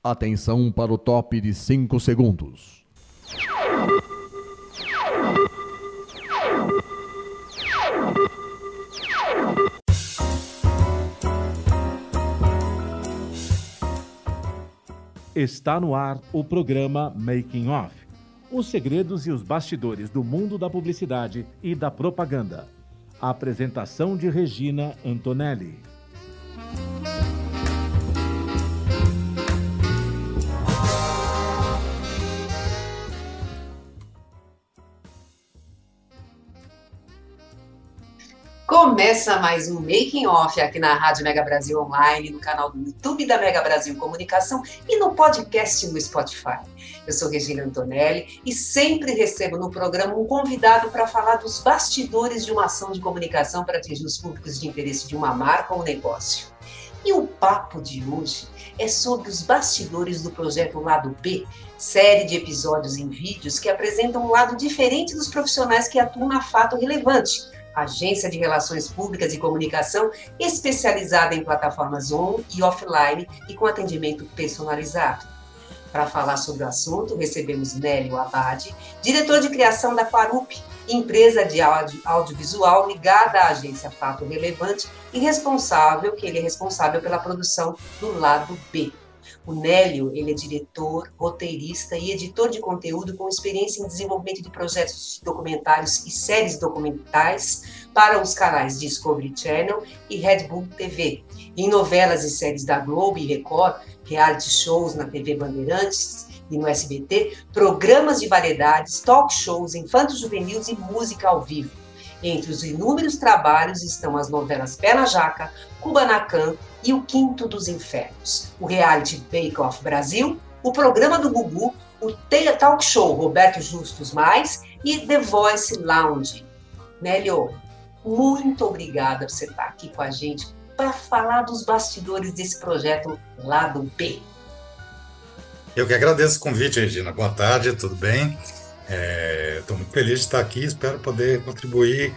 Atenção para o top de 5 segundos. Está no ar o programa Making Off. Os segredos e os bastidores do mundo da publicidade e da propaganda. A apresentação de Regina Antonelli. Começa mais um Making Off aqui na Rádio Mega Brasil Online, no canal do YouTube da Mega Brasil Comunicação e no podcast no Spotify. Eu sou Regina Antonelli e sempre recebo no programa um convidado para falar dos bastidores de uma ação de comunicação para atingir os públicos de interesse de uma marca ou negócio. E o papo de hoje é sobre os bastidores do projeto Lado B, série de episódios em vídeos que apresentam um lado diferente dos profissionais que atuam na Fato Relevante, agência de relações públicas e comunicação especializada em plataformas on e offline e com atendimento personalizado. Para falar sobre o assunto, recebemos Nélio Abad, diretor de criação da Quarup, empresa de audiovisual ligada à agência Fato Relevante e ele é responsável pela produção do Lado B. O Nélio, ele é diretor, roteirista e editor de conteúdo com experiência em desenvolvimento de projetos documentários e séries documentais para os canais Discovery Channel e Red Bull TV. Em novelas e séries da Globo e Record, reality shows na TV Bandeirantes e no SBT, programas de variedades, talk shows, infanto-juvenis e música ao vivo. Entre os inúmeros trabalhos estão as novelas Pé na Jaca, Kubanacan e O Quinto dos Infernos, o reality Bake Off Brasil, o programa do Gugu, o talk show Roberto Justus Mais e The Voice Lounge. Nélio, muito obrigada por você estar aqui com a gente para falar dos bastidores desse projeto Lado B. Eu que agradeço o convite, Regina. Boa tarde, tudo bem? Estou muito feliz de estar aqui, espero poder contribuir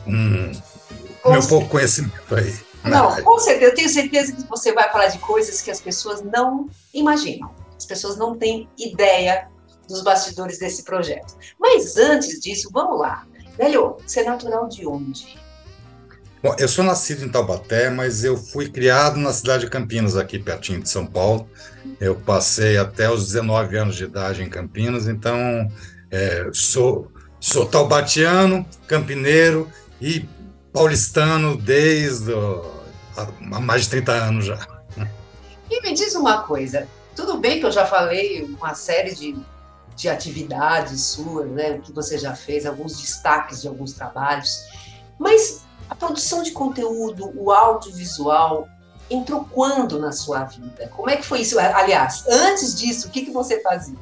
com meu pouco conhecimento aí. Não, com certeza, eu tenho certeza que você vai falar de coisas que as pessoas não imaginam, as pessoas não têm ideia dos bastidores desse projeto. Mas antes disso, vamos lá. Nélio, você é natural de onde? Bom, eu sou nascido em Taubaté, mas eu fui criado na cidade de Campinas, aqui pertinho de São Paulo. Eu passei até os 19 anos de idade em Campinas, então sou taubatiano, campineiro e paulistano desde há mais de 30 anos já. E me diz uma coisa, tudo bem que eu já falei uma série de atividades suas, né, o que você já fez, alguns destaques de alguns trabalhos, mas a produção de conteúdo, o audiovisual, entrou quando na sua vida? Como é que foi isso? Aliás, antes disso, o que você fazia?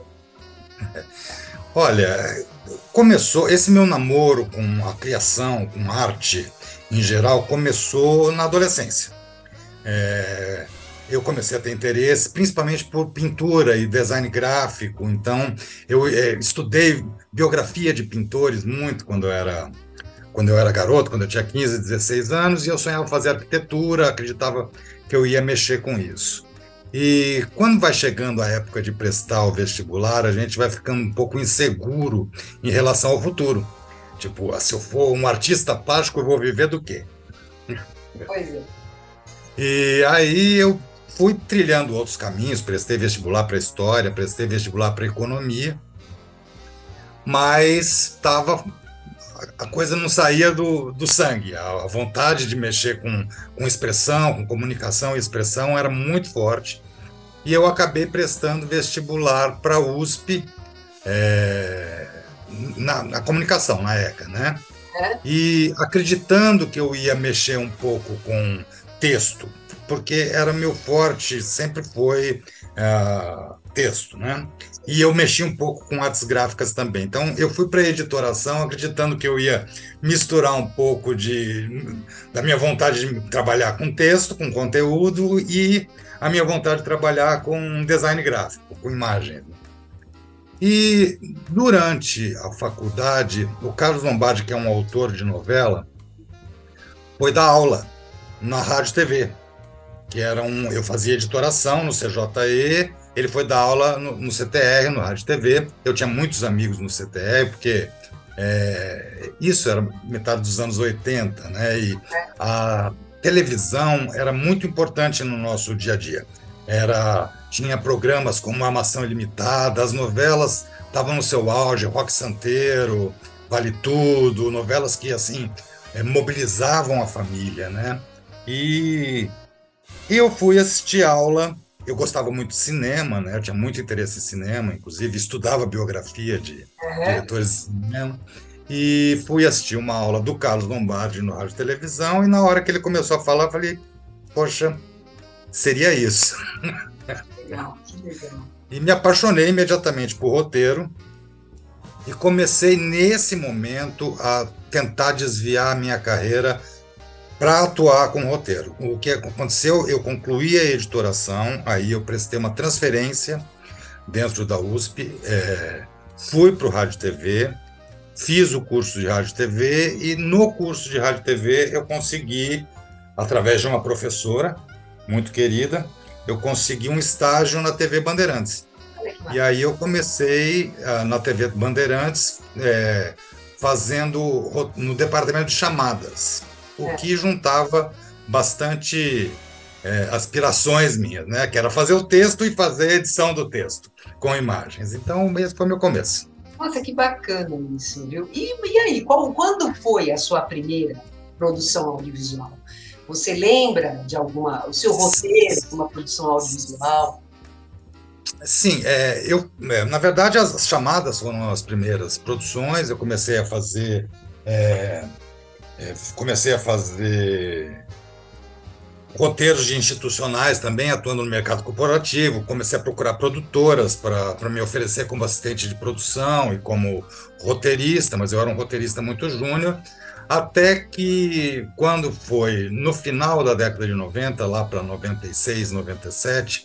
Olha, começou, esse meu namoro com a criação, com arte em geral, começou na adolescência. Eu comecei a ter interesse principalmente por pintura e design gráfico, então eu estudei biografia de pintores muito quando eu era garoto, quando eu tinha 15, 16 anos, e eu sonhava fazer arquitetura, acreditava que eu ia mexer com isso. E quando vai chegando a época de prestar o vestibular, a gente vai ficando um pouco inseguro em relação ao futuro. Tipo, se eu for um artista plástico, eu vou viver do quê? Pois é. E aí eu fui trilhando outros caminhos, prestei vestibular para História, prestei vestibular para Economia, mas a coisa não saía do sangue, a vontade de mexer com expressão, com comunicação e expressão era muito forte, e eu acabei prestando vestibular para a USP, na comunicação, na ECA, né? E acreditando que eu ia mexer um pouco com texto, porque era meu forte, sempre foi texto, né? E eu mexi um pouco com artes gráficas também. Então, eu fui para a editoração acreditando que eu ia misturar um pouco da minha vontade de trabalhar com texto, com conteúdo, e a minha vontade de trabalhar com design gráfico, com imagens. E durante a faculdade, o Carlos Lombardi, que é um autor de novela, foi dar aula na Rádio TV, que eu fazia editoração no CJE, ele foi dar aula no CTR, no Rádio TV. Eu tinha muitos amigos no CTR, porque isso era metade dos anos 80, né? E a televisão era muito importante no nosso dia a dia. Tinha programas como Armação Ilimitada, as novelas estavam no seu auge, Roque Santeiro, Vale Tudo, novelas que, assim, mobilizavam a família, né? E eu fui assistir aula. Eu gostava muito de cinema, né? Eu tinha muito interesse em cinema, inclusive estudava biografia de diretores de cinema. E fui assistir uma aula do Carlos Lombardi no Rádio e Televisão, e na hora que ele começou a falar, eu falei, poxa, seria isso. Legal, que legal. E me apaixonei imediatamente por roteiro, e comecei nesse momento a tentar desviar a minha carreira para atuar com roteiro. O que aconteceu? Eu concluí a editoração, aí eu prestei uma transferência dentro da USP, fui para o Rádio e TV, fiz o curso de Rádio e TV, e no curso de Rádio e TV eu consegui, através de uma professora muito querida, eu consegui um estágio na TV Bandeirantes. E aí eu comecei na TV Bandeirantes fazendo no departamento de chamadas, o que juntava bastante aspirações minhas, né? Que era fazer o texto e fazer a edição do texto com imagens. Então, esse foi o meu começo. Nossa, que bacana isso, viu? E aí, quando foi a sua primeira produção audiovisual? Você lembra de o seu roteiro de uma produção audiovisual? Sim, na verdade, as chamadas foram as primeiras produções. Eu comecei a fazer roteiros de institucionais também, atuando no mercado corporativo. Comecei a procurar produtoras para me oferecer como assistente de produção e como roteirista, mas eu era um roteirista muito júnior, até que, quando foi no final da década de 90, lá para 96, 97,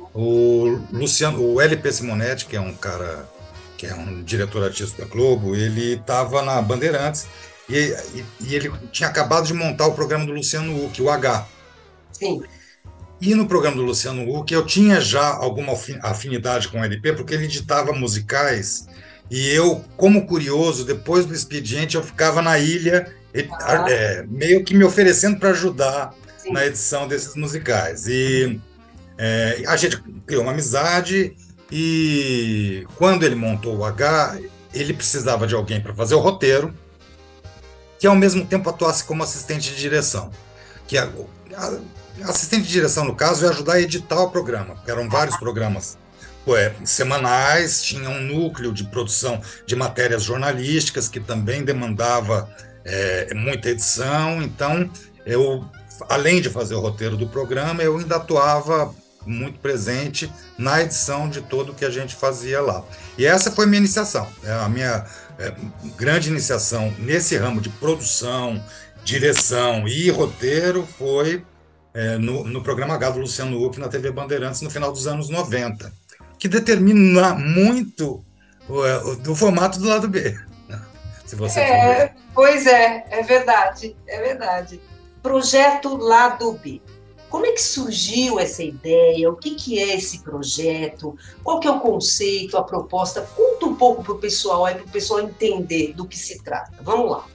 o LP Simonetti, que é um cara, que é um diretor artístico da Globo, ele estava na Bandeirantes, e ele tinha acabado de montar o programa do Luciano Huck, o H. Sim. E no programa do Luciano Huck eu tinha já alguma afinidade com o LP, porque ele editava musicais, e eu, como curioso, depois do expediente, eu ficava na ilha, meio que me oferecendo para ajudar na edição desses musicais. E a gente criou uma amizade, e quando ele montou o H, ele precisava de alguém para fazer o roteiro, que ao mesmo tempo atuasse como assistente de direção. Que assistente de direção, no caso, é ajudar a editar o programa, porque eram vários programas semanais, tinha um núcleo de produção de matérias jornalísticas, que também demandava muita edição. Então, eu, além de fazer o roteiro do programa, eu ainda atuava muito presente na edição de tudo que a gente fazia lá. E essa foi a minha iniciação, a minha grande iniciação nesse ramo de produção, direção e roteiro foi no programa H do Luciano Huck na TV Bandeirantes no final dos anos 90, que determina muito o formato do lado B. Se você for ver. Pois é verdade, é verdade. Projeto Lado B. Como é que surgiu essa ideia? O que é esse projeto? Qual que é o conceito, a proposta? Conta um pouco para o pessoal entender do que se trata. Vamos lá.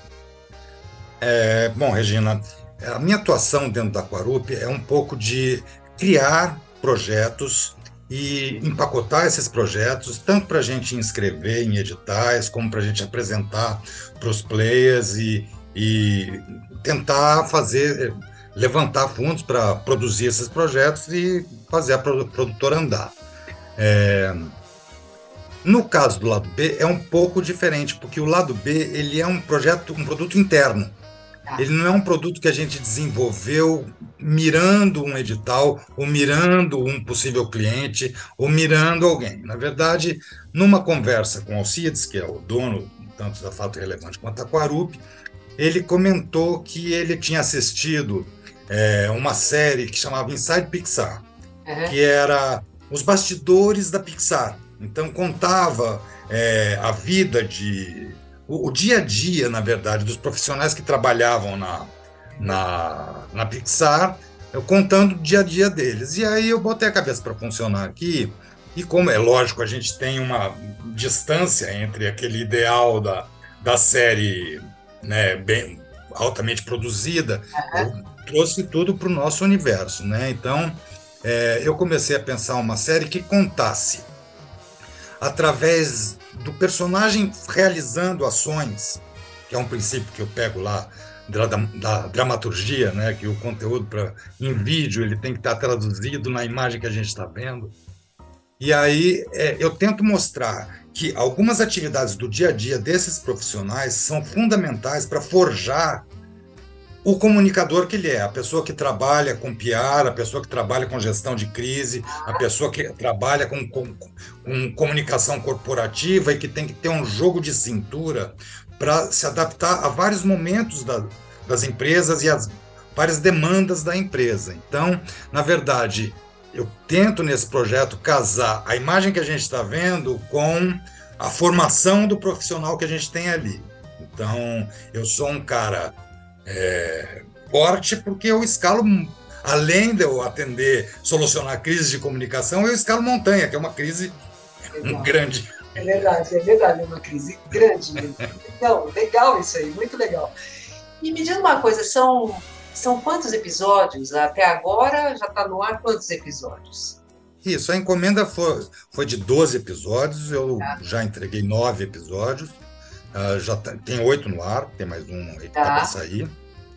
Bom, Regina, a minha atuação dentro da Aquarup é um pouco de criar projetos e empacotar esses projetos, tanto para a gente inscrever em editais, como para a gente apresentar para os players e tentar levantar fundos para produzir esses projetos e fazer a produtora andar. No caso do Lado B é um pouco diferente, porque o Lado B ele é um produto interno. Ele não é um produto que a gente desenvolveu mirando um edital, ou mirando um possível cliente, ou mirando alguém. Na verdade, numa conversa com o Alcides, que é o dono tanto da Fato Relevante quanto da Aquarup, ele comentou que ele tinha assistido uma série que chamava Inside Pixar, que era os bastidores da Pixar. Então, contava a vida o dia a dia, na verdade, dos profissionais que trabalhavam na Pixar, contando o dia a dia deles. E aí eu botei a cabeça para funcionar aqui, e como é lógico, a gente tem uma distância entre aquele ideal da série, né, bem altamente produzida, eu trouxe tudo para o nosso universo, né? Então, eu comecei a pensar uma série que contasse, através do personagem realizando ações, que é um princípio que eu pego lá da dramaturgia, né? Que o conteúdo em vídeo ele tem que estar traduzido na imagem que a gente está vendo. E aí eu tento mostrar que algumas atividades do dia a dia desses profissionais são fundamentais para forjar o comunicador que ele é, a pessoa que trabalha com PR, a pessoa que trabalha com gestão de crise, a pessoa que trabalha com comunicação corporativa e que tem que ter um jogo de cintura para se adaptar a vários momentos das empresas e às várias demandas da empresa. Então, na verdade, eu tento nesse projeto casar a imagem que a gente está vendo com a formação do profissional que a gente tem ali. Então, eu sou um cara forte porque eu escalo, além de eu solucionar crises de comunicação, eu escalo montanha, que é uma crise grande. É verdade, é uma crise grande mesmo. Então, legal isso aí, muito legal. E me diz uma coisa, são quantos episódios? Até agora já está no ar quantos episódios? Isso, a encomenda foi de 12 episódios, eu já entreguei 9 episódios, já tem 8 no ar, tem mais um aí que está para sair,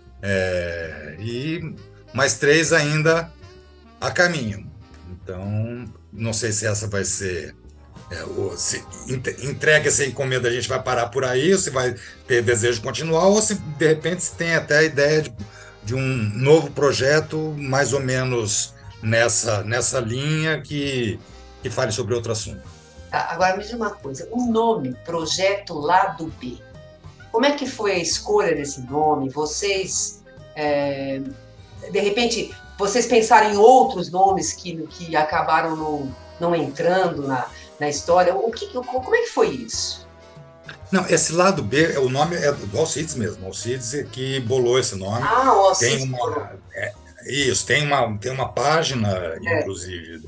e mais 3 ainda a caminho. Então, não sei se essa vai ser... se entrega essa encomenda, a gente vai parar por aí, ou se vai ter desejo de continuar, ou se de repente se tem até a ideia de um novo projeto mais ou menos nessa linha que fale sobre outro assunto. Agora me diz uma coisa, o nome Projeto Lado B, como é que foi a escolha desse nome? Vocês, de repente, vocês pensaram em outros nomes que acabaram não entrando na história? Como é que foi isso? Não, esse Lado B, o nome é do Alcides mesmo. Alcides é que bolou esse nome. O Alcides. Isso, tem uma página, inclusive,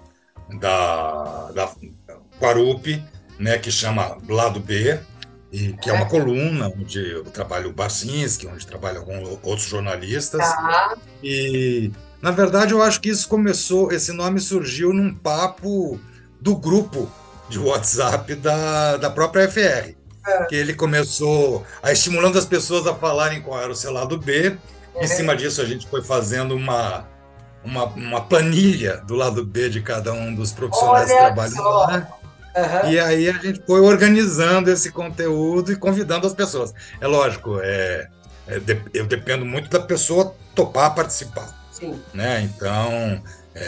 da Quarupi, né, que chama Lado B, e que é uma coluna onde eu trabalho o Barcinski, onde trabalho com outros jornalistas. E, na verdade, eu acho que esse nome surgiu num papo do grupo de WhatsApp da própria FR, que ele começou estimulando as pessoas a falarem qual era o seu lado B. Em cima disso, a gente foi fazendo uma planilha do lado B de cada um dos profissionais que trabalham lá. E aí a gente foi organizando esse conteúdo e convidando as pessoas. É lógico, eu dependo muito da pessoa topar participar. Sim. Né? Então,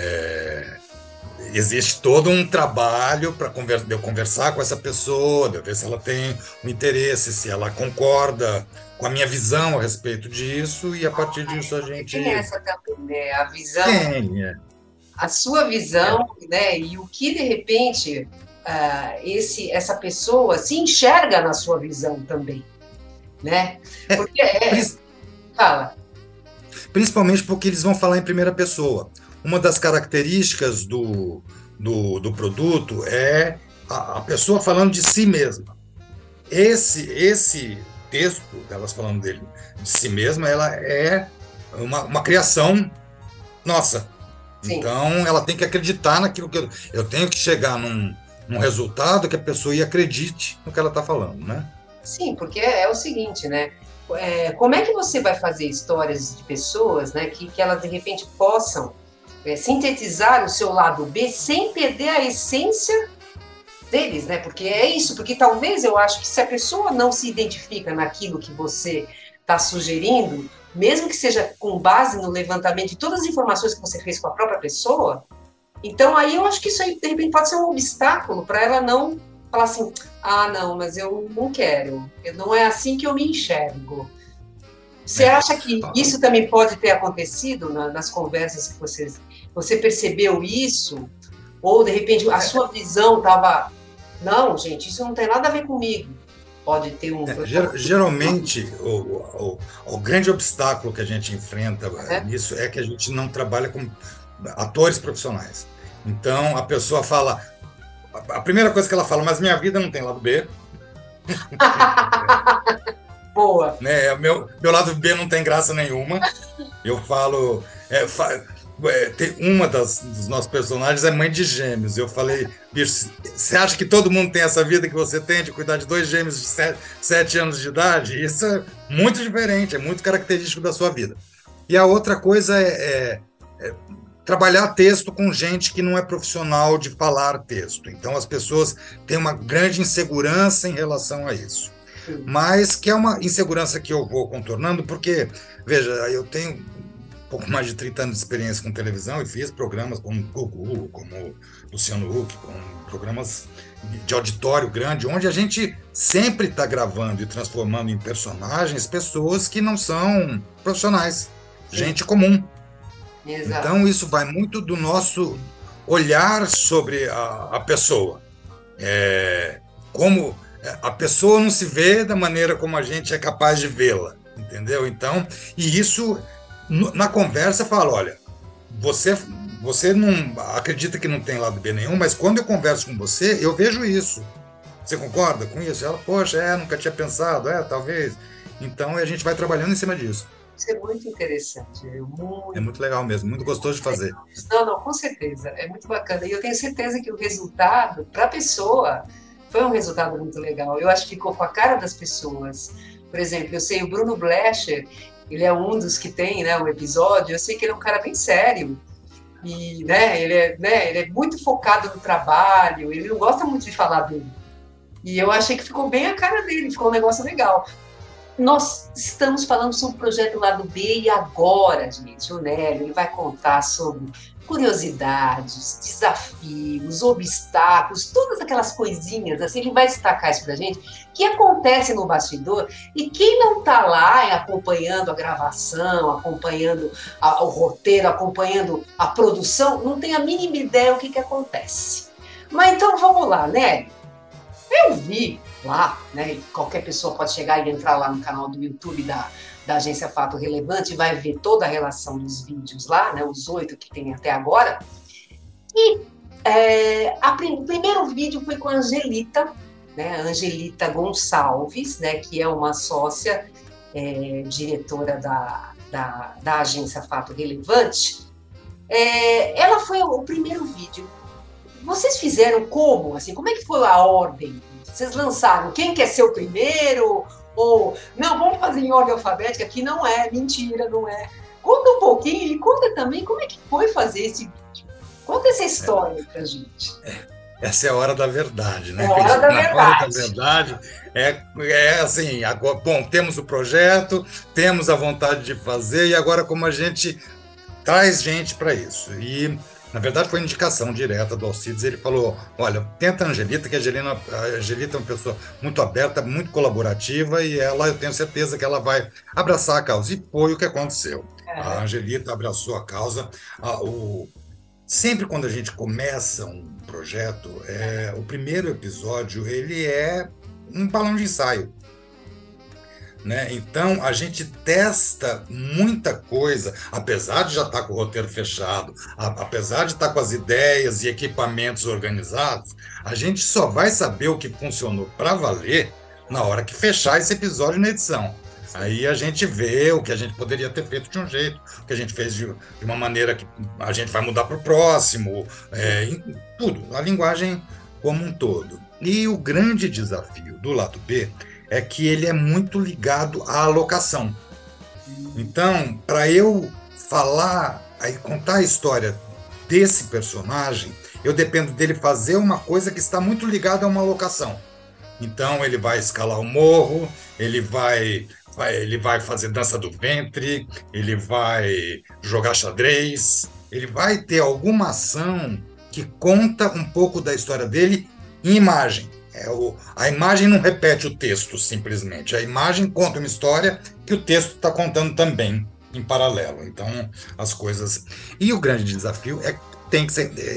existe todo um trabalho para eu conversar com essa pessoa, de eu ver se ela tem um interesse, se ela concorda com a minha visão a respeito disso, e a partir disso a gente... Tem essa também, né? A visão... A sua visão, né? E o que, de repente, essa pessoa se enxerga na sua visão também, né? Porque Fala. Principalmente porque eles vão falar em primeira pessoa. Uma das características do produto é a pessoa falando de si mesma. Esse texto, elas falando de si mesma, ela é uma criação nossa. Sim. Então, ela tem que acreditar naquilo que eu tenho que chegar num resultado que a pessoa acredite no que ela está falando, né? Sim, porque é o seguinte, né? Como é que você vai fazer histórias de pessoas, né, que elas, de repente, possam sintetizar o seu lado B sem perder a essência deles, né? Porque é isso, porque talvez eu acho que se a pessoa não se identifica naquilo que você está sugerindo, mesmo que seja com base no levantamento de todas as informações que você fez com a própria pessoa, então aí eu acho que isso aí, de repente, pode ser um obstáculo para ela não falar assim, não, mas eu não quero, não é assim que eu me enxergo. Você acha que isso também pode ter acontecido nas conversas que você percebeu isso? Ou, de repente, a sua visão estava... Não, gente, isso não tem nada a ver comigo. pode ter um... Geralmente, o grande obstáculo que a gente enfrenta nisso é que a gente não trabalha com atores profissionais. Então, a pessoa fala... A primeira coisa que ela fala, mas minha vida não tem lado B. Boa. Né? Meu lado B não tem graça nenhuma. Eu falo... uma dos nossos personagens é mãe de gêmeos. Eu falei, bicho, você acha que todo mundo tem essa vida que você tem de cuidar de 2 gêmeos de 7 anos de idade? Isso é muito diferente, é muito característico da sua vida. E a outra coisa é trabalhar texto com gente que não é profissional de falar texto. Então as pessoas têm uma grande insegurança em relação a isso. Mas que é uma insegurança que eu vou contornando, porque, veja, eu tenho pouco mais de 30 anos de experiência com televisão e fiz programas como Gugu, como Luciano Huck, com programas de auditório grande, onde a gente sempre está gravando e transformando em personagens pessoas que não são profissionais, gente comum. Exato. Então isso vai muito do nosso olhar sobre a pessoa. Como a pessoa não se vê da maneira como a gente é capaz de vê-la, entendeu? Então, e isso... Na conversa eu falo, olha, você não acredita que não tem lado B nenhum, mas quando eu converso com você, eu vejo isso. Você concorda com isso? Ela, poxa, nunca tinha pensado, talvez. Então a gente vai trabalhando em cima disso. Isso é muito interessante. É muito legal mesmo, muito gostoso de fazer. Não, com certeza. É muito bacana. E eu tenho certeza que o resultado, para a pessoa, foi um resultado muito legal. Eu acho que ficou com a cara das pessoas. Por exemplo, eu sei o Bruno Blecher, ele é um dos que tem, né, um episódio, eu sei que ele é um cara bem sério, e ele é muito focado no trabalho, ele não gosta muito de falar dele. E eu achei que ficou bem a cara dele, ficou um negócio legal. Nós estamos falando sobre o projeto Lado B e agora, gente, o Nélio, ele vai contar sobre curiosidades, desafios, obstáculos, todas aquelas coisinhas, assim, ele vai destacar isso pra gente, que acontece no bastidor, e quem não tá lá acompanhando a gravação, acompanhando o roteiro, acompanhando a produção, não tem a mínima ideia o que acontece. Mas então vamos lá, né? Eu vi lá, né? Qualquer pessoa pode chegar e entrar lá no canal do YouTube da Agência Fato Relevante e vai ver toda a relação dos vídeos lá, né? Os 8 que tem até agora. E o primeiro vídeo foi com a Angelita, né? Angelita Gonçalves, né? Que é uma sócia diretora da Agência Fato Relevante. Ela foi o primeiro vídeo. Vocês fizeram como? Assim, como é que foi a ordem? Vocês lançaram quem quer ser o primeiro? Ou, não, vamos fazer em ordem alfabética, que não é, mentira, não é. Conta um pouquinho e conta também como é que foi fazer esse vídeo. Conta essa história pra gente. Essa é a hora da verdade, né? É a hora da verdade. A hora da verdade é assim, agora, bom, temos o projeto, temos a vontade de fazer, e agora como a gente traz gente para isso. E na verdade, foi indicação direta do Alcides. Ele falou, olha, tenta a Angelita, que a Angelita é uma pessoa muito aberta, muito colaborativa, e eu tenho certeza que ela vai abraçar a causa. E foi o que aconteceu. A Angelita abraçou a causa. Sempre quando a gente começa um projeto, o primeiro episódio, ele é um balão de ensaio. Né? Então, a gente testa muita coisa, apesar de já estar com o roteiro fechado, apesar de estar com as ideias e equipamentos organizados, a gente só vai saber o que funcionou para valer na hora que fechar esse episódio na edição. Aí a gente vê o que a gente poderia ter feito de um jeito, o que a gente fez de uma maneira que a gente vai mudar para o próximo, tudo, a linguagem como um todo. E o grande desafio do lado B é que ele é muito ligado à locação. Então, para eu contar a história desse personagem, eu dependo dele fazer uma coisa que está muito ligada a uma locação. Então, ele vai escalar o morro, ele vai fazer dança do ventre, ele vai jogar xadrez, ele vai ter alguma ação que conta um pouco da história dele em imagem. A imagem não repete o texto, simplesmente. A imagem conta uma história que o texto está contando também, em paralelo. Então, as coisas... E o grande desafio é que tem que ser...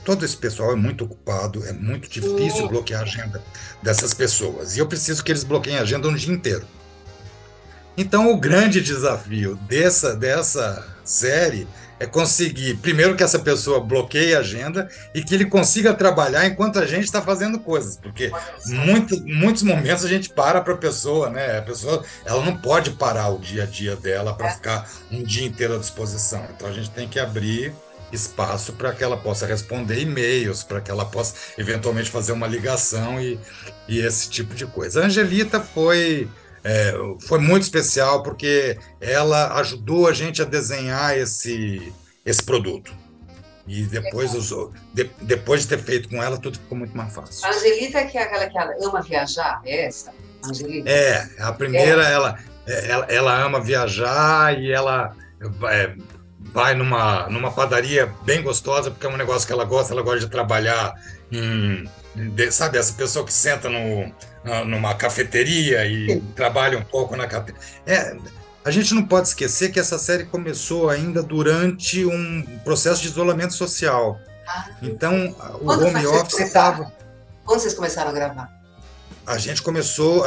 todo esse pessoal é muito ocupado, é muito difícil bloquear a agenda dessas pessoas. E eu preciso que eles bloqueiem a agenda um dia inteiro. Então, o grande desafio dessa série é conseguir, primeiro, que essa pessoa bloqueie a agenda e que ele consiga trabalhar enquanto a gente está fazendo coisas, porque muitos momentos a gente para a pessoa, né? A pessoa, ela não pode parar o dia a dia dela para ficar um dia inteiro à disposição. Então, a gente tem que abrir espaço para que ela possa responder e-mails, para que ela possa eventualmente fazer uma ligação e esse tipo de coisa. A Angelita foi muito especial porque ela ajudou a gente a desenhar esse produto. E depois de ter feito com ela, tudo ficou muito mais fácil. A Angelita, que é aquela que ela ama viajar, é essa? Angelita? A primeira, ela ama viajar e ela vai numa padaria bem gostosa, porque é um negócio que ela gosta de trabalhar sabe, essa pessoa que senta numa cafeteria e trabalha um pouco na cafeteria. A gente não pode esquecer que essa série começou ainda durante um processo de isolamento social. Então, o home office estava... Quando vocês começaram a gravar? A gente começou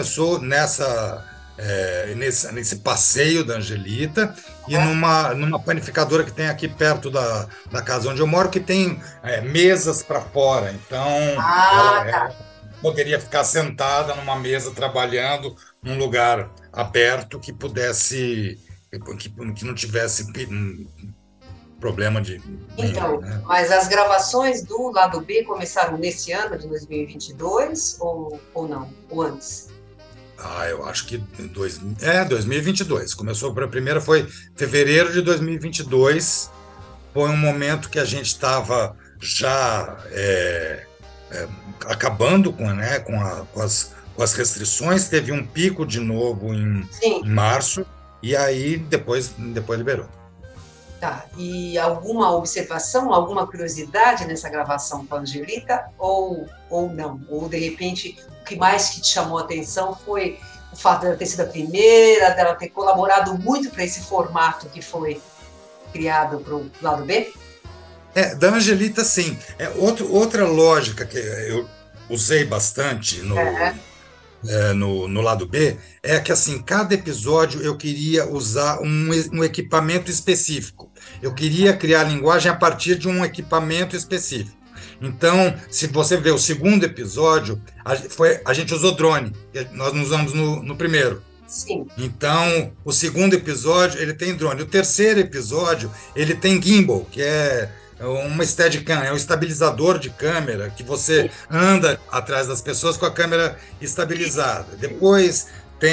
nesse passeio da Angelita e numa panificadora que tem aqui perto da casa onde eu moro, que tem mesas para fora. Então, ela poderia ficar sentada numa mesa trabalhando num lugar aberto que pudesse, que não tivesse problema de... Então, mas as gravações do Lado B começaram nesse ano de 2022 ou não? Ou antes? Eu acho que 2022. Começou, a primeira foi fevereiro de 2022. Foi um momento que a gente estava já acabando com as restrições. Teve um pico de novo em março e aí depois liberou. Tá. E alguma observação, alguma curiosidade nessa gravação com a Angelita ou não? Ou, de repente, o que mais que te chamou a atenção foi o fato dela ter sido a primeira, dela ter colaborado muito para esse formato que foi criado para o Lado B? Da Angelita, sim. Outra lógica que eu usei bastante no Lado B é que, assim, cada episódio eu queria usar um equipamento específico. Eu queria criar a linguagem a partir de um equipamento específico. Então, se você ver o segundo episódio, a gente usou drone. Nós não usamos no primeiro. Sim. Então, o segundo episódio, ele tem drone. O terceiro episódio, ele tem gimbal, que é uma Steadicam, é um estabilizador de câmera que você anda atrás das pessoas com a câmera estabilizada. Depois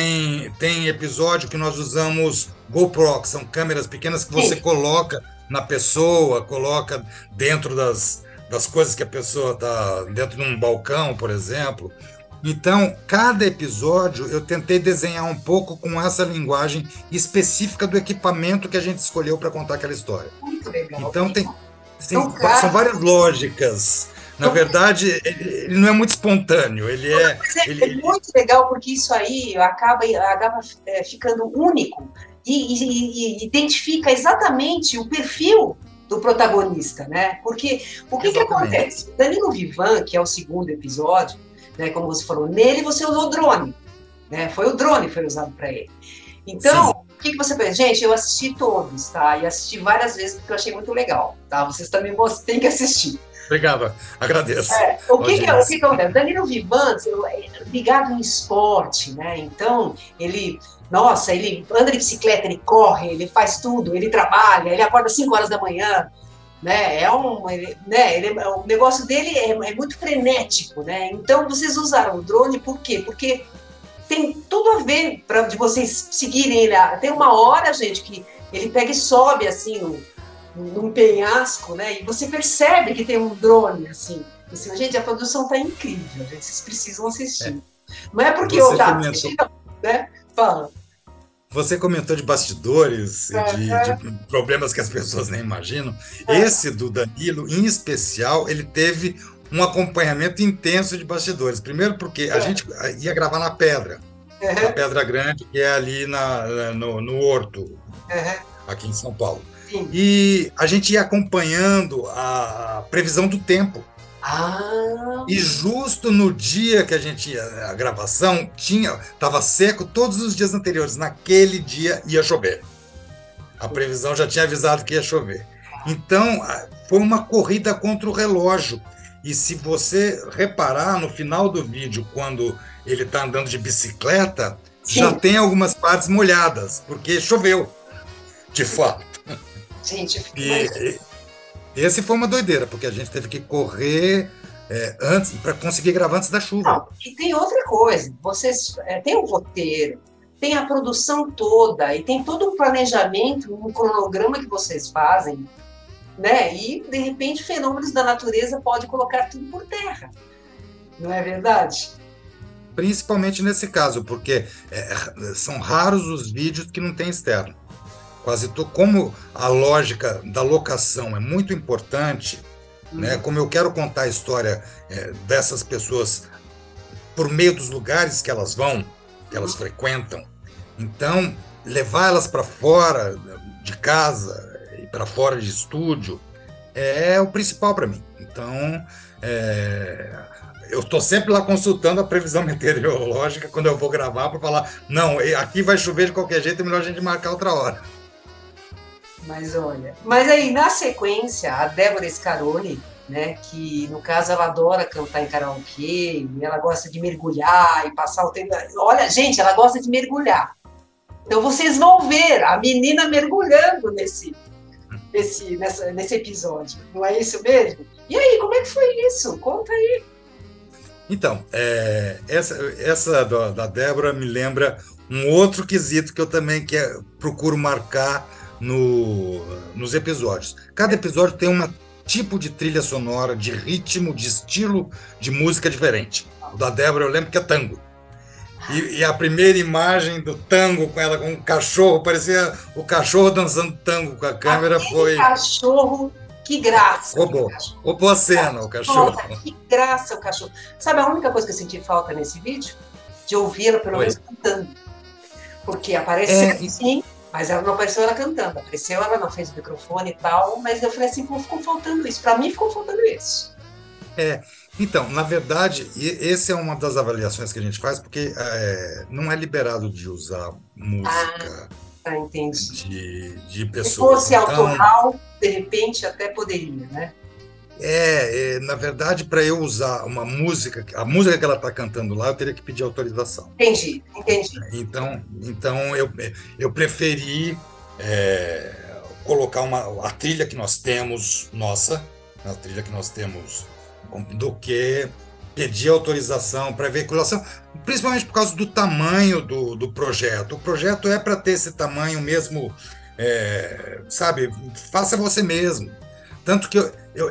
tem episódio que nós usamos GoPro, que são câmeras pequenas que você coloca na pessoa, coloca dentro das coisas que a pessoa está dentro de um balcão, por exemplo. Então, cada episódio eu tentei desenhar um pouco com essa linguagem específica do equipamento que a gente escolheu para contar aquela história. Muito legal. Então, são várias lógicas. Na verdade, ele não é muito espontâneo. É muito legal, porque isso aí acaba ficando único e identifica exatamente o perfil do protagonista, né? Porque o que acontece? O Danilo Vivan, que é o segundo episódio, né, como você falou, nele você usou drone, né? Foi o drone que foi usado para ele. Então, o que você pensa? Gente, eu assisti todos, tá? E assisti várias vezes porque eu achei muito legal, tá? Vocês também têm que assistir. Obrigado, agradeço. O que acontece? Danilo Vivan, ligado em esporte, né? Então, ele anda de bicicleta, ele corre, ele faz tudo, ele trabalha, ele acorda às 5 horas da manhã, né? O negócio dele é muito frenético, né? Então, vocês usaram o drone por quê? Porque tem tudo a ver de vocês seguirem ele. Tem uma hora, gente, que ele pega e sobe, assim, num penhasco, né? E você percebe que tem um drone, assim. Gente, a produção tá incrível, gente. Vocês precisam assistir. Não é porque eu tava assistindo, né? Fala. Você comentou de bastidores, de problemas que as pessoas nem imaginam. Esse do Danilo, em especial, ele teve um acompanhamento intenso de bastidores. Primeiro porque a gente ia gravar na Pedra, na Pedra Grande, que é ali no Horto, aqui em São Paulo. Sim. E a gente ia acompanhando a previsão do tempo. E justo no dia que a gente ia a gravação, estava seco todos os dias anteriores. Naquele dia ia chover. A previsão já tinha avisado que ia chover. Então, foi uma corrida contra o relógio. E se você reparar no final do vídeo, quando ele está andando de bicicleta, sim, já tem algumas partes molhadas, porque choveu, de fato. Gente, esse foi uma doideira, porque a gente teve que correr antes para conseguir gravar antes da chuva. Não, e tem outra coisa, vocês têm um roteiro, tem a produção toda, e tem todo um planejamento, um cronograma que vocês fazem, né? E, de repente, fenômenos da natureza podem colocar tudo por terra. Não é verdade? Principalmente nesse caso, porque são raros os vídeos que não tem externo. Como a lógica da locação é muito importante, né? Como eu quero contar a história dessas pessoas por meio dos lugares que elas vão, que elas frequentam, então levar elas para fora de casa e para fora de estúdio é o principal para mim. Então, eu estou sempre lá consultando a previsão meteorológica quando eu vou gravar para falar, não, aqui vai chover de qualquer jeito, é melhor a gente marcar outra hora. Mas olha, aí na sequência, a Débora Scaroni, né, que no caso ela adora cantar em karaokê, ela gosta de mergulhar e passar o tempo. Olha, gente, ela gosta de mergulhar. Então vocês vão ver a menina mergulhando nesse episódio, não é isso mesmo? E aí, como é que foi isso? Conta aí. Então, essa da Débora me lembra um outro quesito que eu também procuro marcar nos episódios. Cada episódio tem um tipo de trilha sonora, de ritmo, de estilo de música diferente. O da Débora eu lembro que é tango. E a primeira imagem do tango com ela com um cachorro, parecia o cachorro dançando tango com a câmera. Foi cachorro, que graça. Roubou a cena, o cachorro. Nossa, que graça o cachorro. Sabe a única coisa que eu senti falta nesse vídeo? De ouvi-la pelo menos cantando. Porque aparece sim, mas ela não apareceu ela cantando. Apareceu, ela não fez o microfone e tal, mas eu falei assim, pô, ficou faltando isso. Para mim ficou faltando isso. Então, na verdade, essa é uma das avaliações que a gente faz, porque não é liberado de usar música de pessoas. Se fosse autoral, de repente até poderia, né? Na verdade, para eu usar uma música, a música que ela está cantando lá, eu teria que pedir autorização. Entendi. Então eu preferi colocar a trilha que nós temos, a trilha que nós temos, do que pedir autorização para veiculação, principalmente por causa do tamanho do projeto. O projeto é para ter esse tamanho mesmo, sabe? Faça você mesmo. Tanto que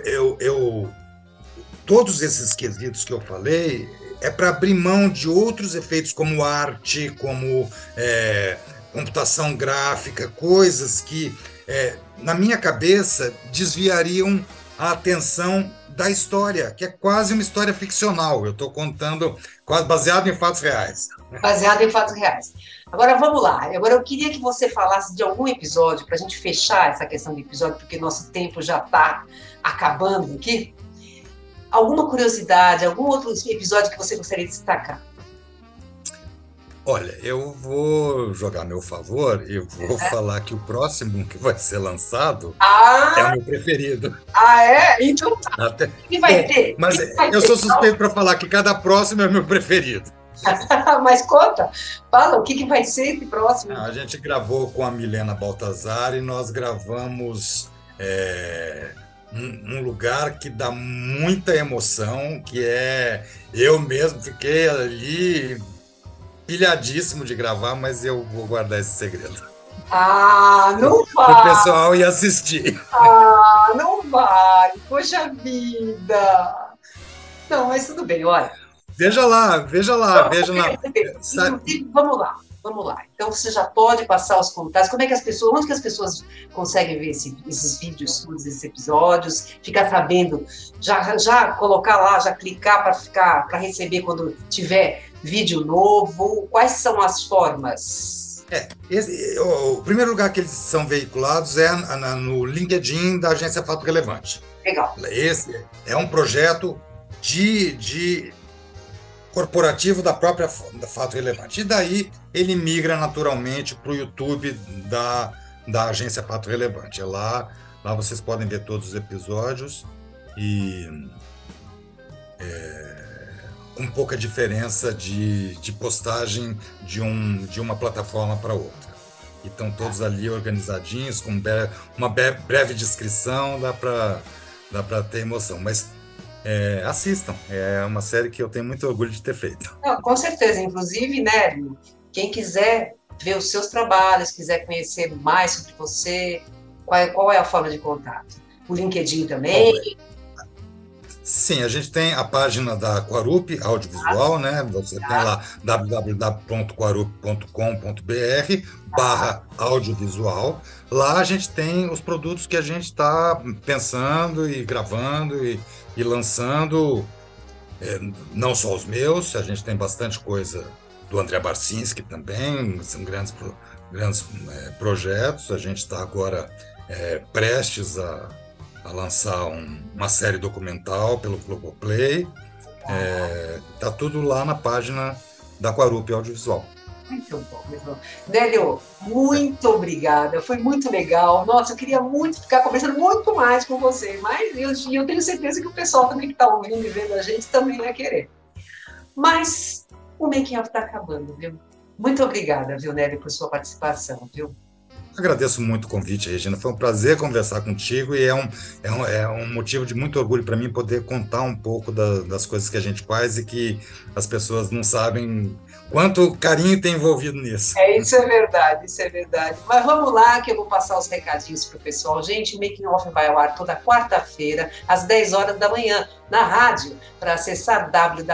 todos esses quesitos que eu falei é para abrir mão de outros efeitos como arte, como computação gráfica, coisas que, na minha cabeça, desviariam a atenção da história, que é quase uma história ficcional. Eu estou contando quase baseado em fatos reais. Baseado em fatos reais. Agora, vamos lá. Agora, eu queria que você falasse de algum episódio, para a gente fechar essa questão do episódio, porque nosso tempo já está acabando aqui. Alguma curiosidade, algum outro episódio que você gostaria de destacar? Olha, eu vou jogar meu favor e vou falar que o próximo que vai ser lançado é o meu preferido. Então tá. O que vai ter? Mas eu sou suspeito para falar que cada próximo é o meu preferido. Mas conta, fala, o que vai ser esse próximo? A gente gravou com a Milena Baltazar e nós gravamos um lugar que dá muita emoção, que eu mesmo fiquei ali pilhadíssimo de gravar, mas eu vou guardar esse segredo. Não vai! O pessoal ia assistir. Não vai! Poxa vida! Não, mas tudo bem, olha. Veja lá. Vamos lá. Então você já pode passar os contatos. Onde que as pessoas conseguem ver esses vídeos, todos esses episódios, ficar sabendo, já colocar lá, já clicar para receber quando tiver vídeo novo? Quais são as formas? O primeiro lugar que eles são veiculados é no LinkedIn da agência Fato Relevante. Legal. Esse é um projeto de corporativo da própria Fato Relevante. E daí ele migra naturalmente para o YouTube da agência Fato Relevante. Lá vocês podem ver todos os episódios e com pouca diferença de postagem de uma plataforma para outra. E estão todos ali organizadinhos, com uma breve descrição, dá para ter emoção. Mas assistam, é uma série que eu tenho muito orgulho de ter feito. Não, com certeza, inclusive, Nélio, quem quiser ver os seus trabalhos, quiser conhecer mais sobre você, qual é a forma de contato? O LinkedIn também? Sim, a gente tem a página da Quarup Audiovisual, né? Você tem lá www.quarup.com.br/audiovisual. Lá a gente tem os produtos que a gente está pensando e gravando e lançando, não só os meus, a gente tem bastante coisa do André Barcinski também, são grandes projetos. A gente está agora prestes a lançar uma série documental pelo Globoplay. Tá tudo lá na página da Quarup Audiovisual. Muito bom, muito bom. Nélio, muito obrigada, foi muito legal. Nossa, eu queria muito ficar conversando muito mais com você, mas eu tenho certeza que o pessoal também que está ouvindo e vendo a gente também vai querer. Mas o Making Off está acabando, viu? Muito obrigada, viu, Nélio, por sua participação, viu? Agradeço muito o convite, Regina. Foi um prazer conversar contigo e é um motivo de muito orgulho para mim poder contar um pouco das coisas que a gente faz e que as pessoas não sabem quanto carinho tem envolvido nisso. Isso é verdade, isso é verdade. Mas vamos lá que eu vou passar os recadinhos para o pessoal. Gente, o Making Off vai ao ar toda quarta-feira, às 10 horas da manhã, na rádio, para acessar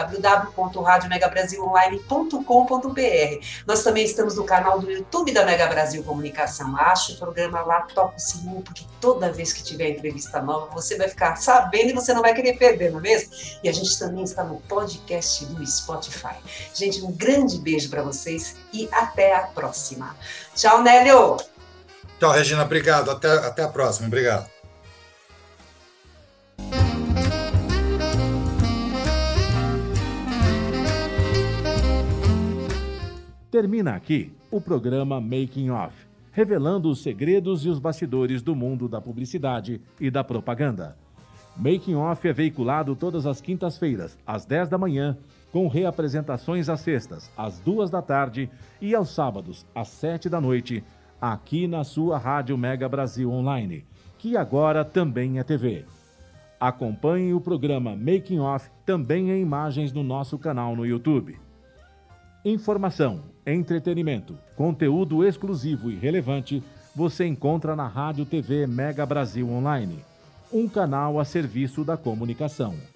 www.radiomegabrasilonline.com.br. Nós também estamos no canal do YouTube da Mega Brasil Comunicação. Ache o programa lá, toca o sininho, porque toda vez que tiver entrevista nova, você vai ficar sabendo e você não vai querer perder, não é mesmo? E a gente também está no podcast do Spotify. Gente, um grande beijo para vocês e até a próxima. Tchau, Nélio! Tchau, Regina, obrigado. Até a próxima, obrigado. Termina aqui o programa Making Off, revelando os segredos e os bastidores do mundo da publicidade e da propaganda. Making Off é veiculado todas as quintas-feiras, às 10 da manhã, com reapresentações às sextas, às 2 da tarde e aos sábados, às 7 da noite, aqui na sua Rádio Mega Brasil Online, que agora também é TV. Acompanhe o programa Making Off também em imagens no nosso canal no YouTube. Informação, entretenimento, conteúdo exclusivo e relevante você encontra na Rádio TV Mega Brasil Online, um canal a serviço da comunicação.